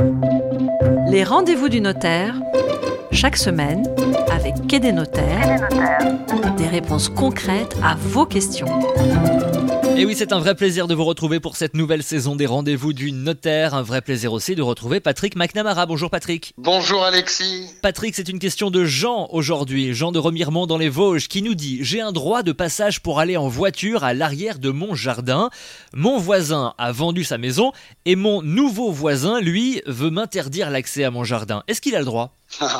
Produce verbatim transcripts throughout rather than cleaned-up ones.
Les rendez-vous du notaire, chaque semaine, avec Quai des Notaires, des réponses concrètes à vos questions. Et oui, c'est un vrai plaisir de vous retrouver pour cette nouvelle saison des rendez-vous du notaire. Un vrai plaisir aussi de retrouver Patrick McNamara. Bonjour Patrick. Bonjour Alexis. Patrick, c'est une question de Jean aujourd'hui. Jean de Remiremont dans les Vosges qui nous dit « J'ai un droit de passage pour aller en voiture à l'arrière de mon jardin. Mon voisin a vendu sa maison et mon nouveau voisin, lui, veut m'interdire l'accès à mon jardin. Est-ce qu'il a le droit ?»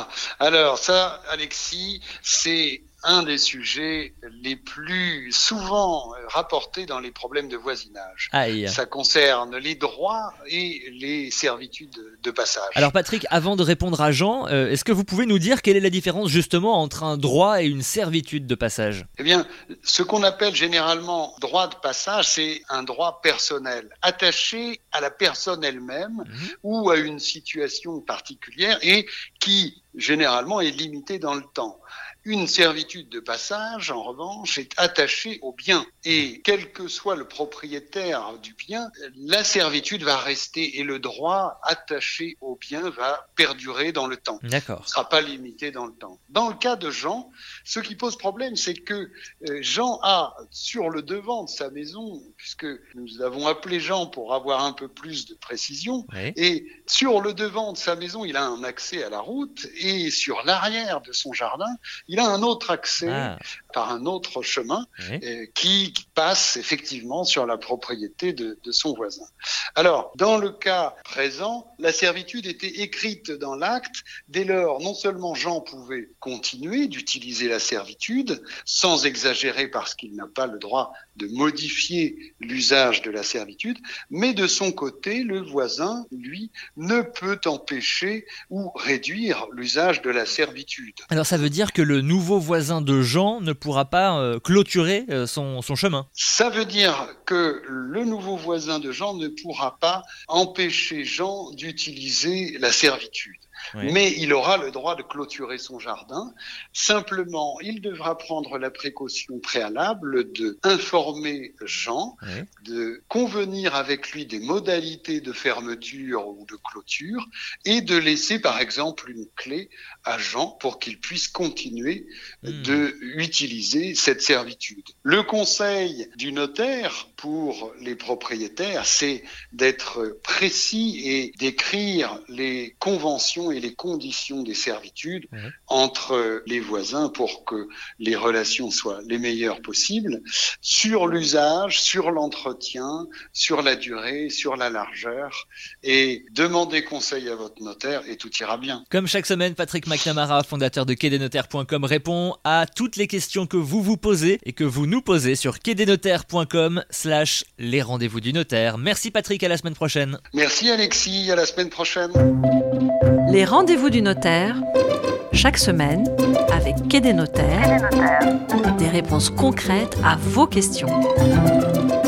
Alors ça, Alexis, c'est un des sujets les plus souvent rapportés dans les problèmes de voisinage. Aïe. Ça concerne les droits et les servitudes de passage. Alors Patrick, avant de répondre à Jean, euh, est-ce que vous pouvez nous dire quelle est la différence justement entre un droit et une servitude de passage ? Eh bien, ce qu'on appelle généralement droit de passage, c'est un droit personnel, attaché à la personne elle-même mmh. ou à une situation particulière et qui, généralement, est limité dans le temps. Une servitude de passage, en revanche, est attachée au bien. Et quel que soit le propriétaire du bien, la servitude va rester et le droit attaché au bien va perdurer dans le temps. D'accord. Il ne sera pas limité dans le temps. Dans le cas de Jean, ce qui pose problème, c'est que Jean a sur le devant de sa maison, puisque nous avons appelé Jean pour avoir un peu plus de précision, oui. et sur le devant de sa maison, il a un accès à la route, et sur l'arrière de son jardin, il a un autre accès ah. par un autre chemin oui. euh, qui, qui passe effectivement sur la propriété de, de son voisin. Alors, dans le cas présent, la servitude était écrite dans l'acte. Dès lors, non seulement Jean pouvait continuer d'utiliser la servitude sans exagérer parce qu'il n'a pas le droit de modifier l'usage de la servitude, mais de son côté, le voisin, lui, ne peut empêcher ou réduire l'usage de la servitude. Alors ça veut dire que le nouveau voisin de Jean ne pourra pas euh, clôturer euh, son, son chemin. Ça veut dire que le nouveau voisin de Jean ne pourra pas empêcher Jean d'utiliser la servitude. Oui. Mais il aura le droit de clôturer son jardin. Simplement, il devra prendre la précaution préalable de informer Jean, oui. de convenir avec lui des modalités de fermeture ou de clôture et de laisser par exemple une clé à Jean pour qu'il puisse continuer mmh. de utiliser cette servitude. Le conseil du notaire pour les propriétaires, c'est d'être précis et d'écrire les conventions et les conditions des servitudes mmh. entre les voisins pour que les relations soient les meilleures possibles, sur l'usage, sur l'entretien, sur la durée, sur la largeur, et demandez conseil à votre notaire et tout ira bien. Comme chaque semaine, Patrick McNamara, fondateur de quai des notaires point com, répond à toutes les questions que vous vous posez et que vous nous posez sur quai des notaires point com slash les rendez-vous du notaire. Merci Patrick, à la semaine prochaine. Merci Alexis, à la semaine prochaine. Les rendez-vous du notaire, chaque semaine, avec Quai des Notaires, des réponses concrètes à vos questions.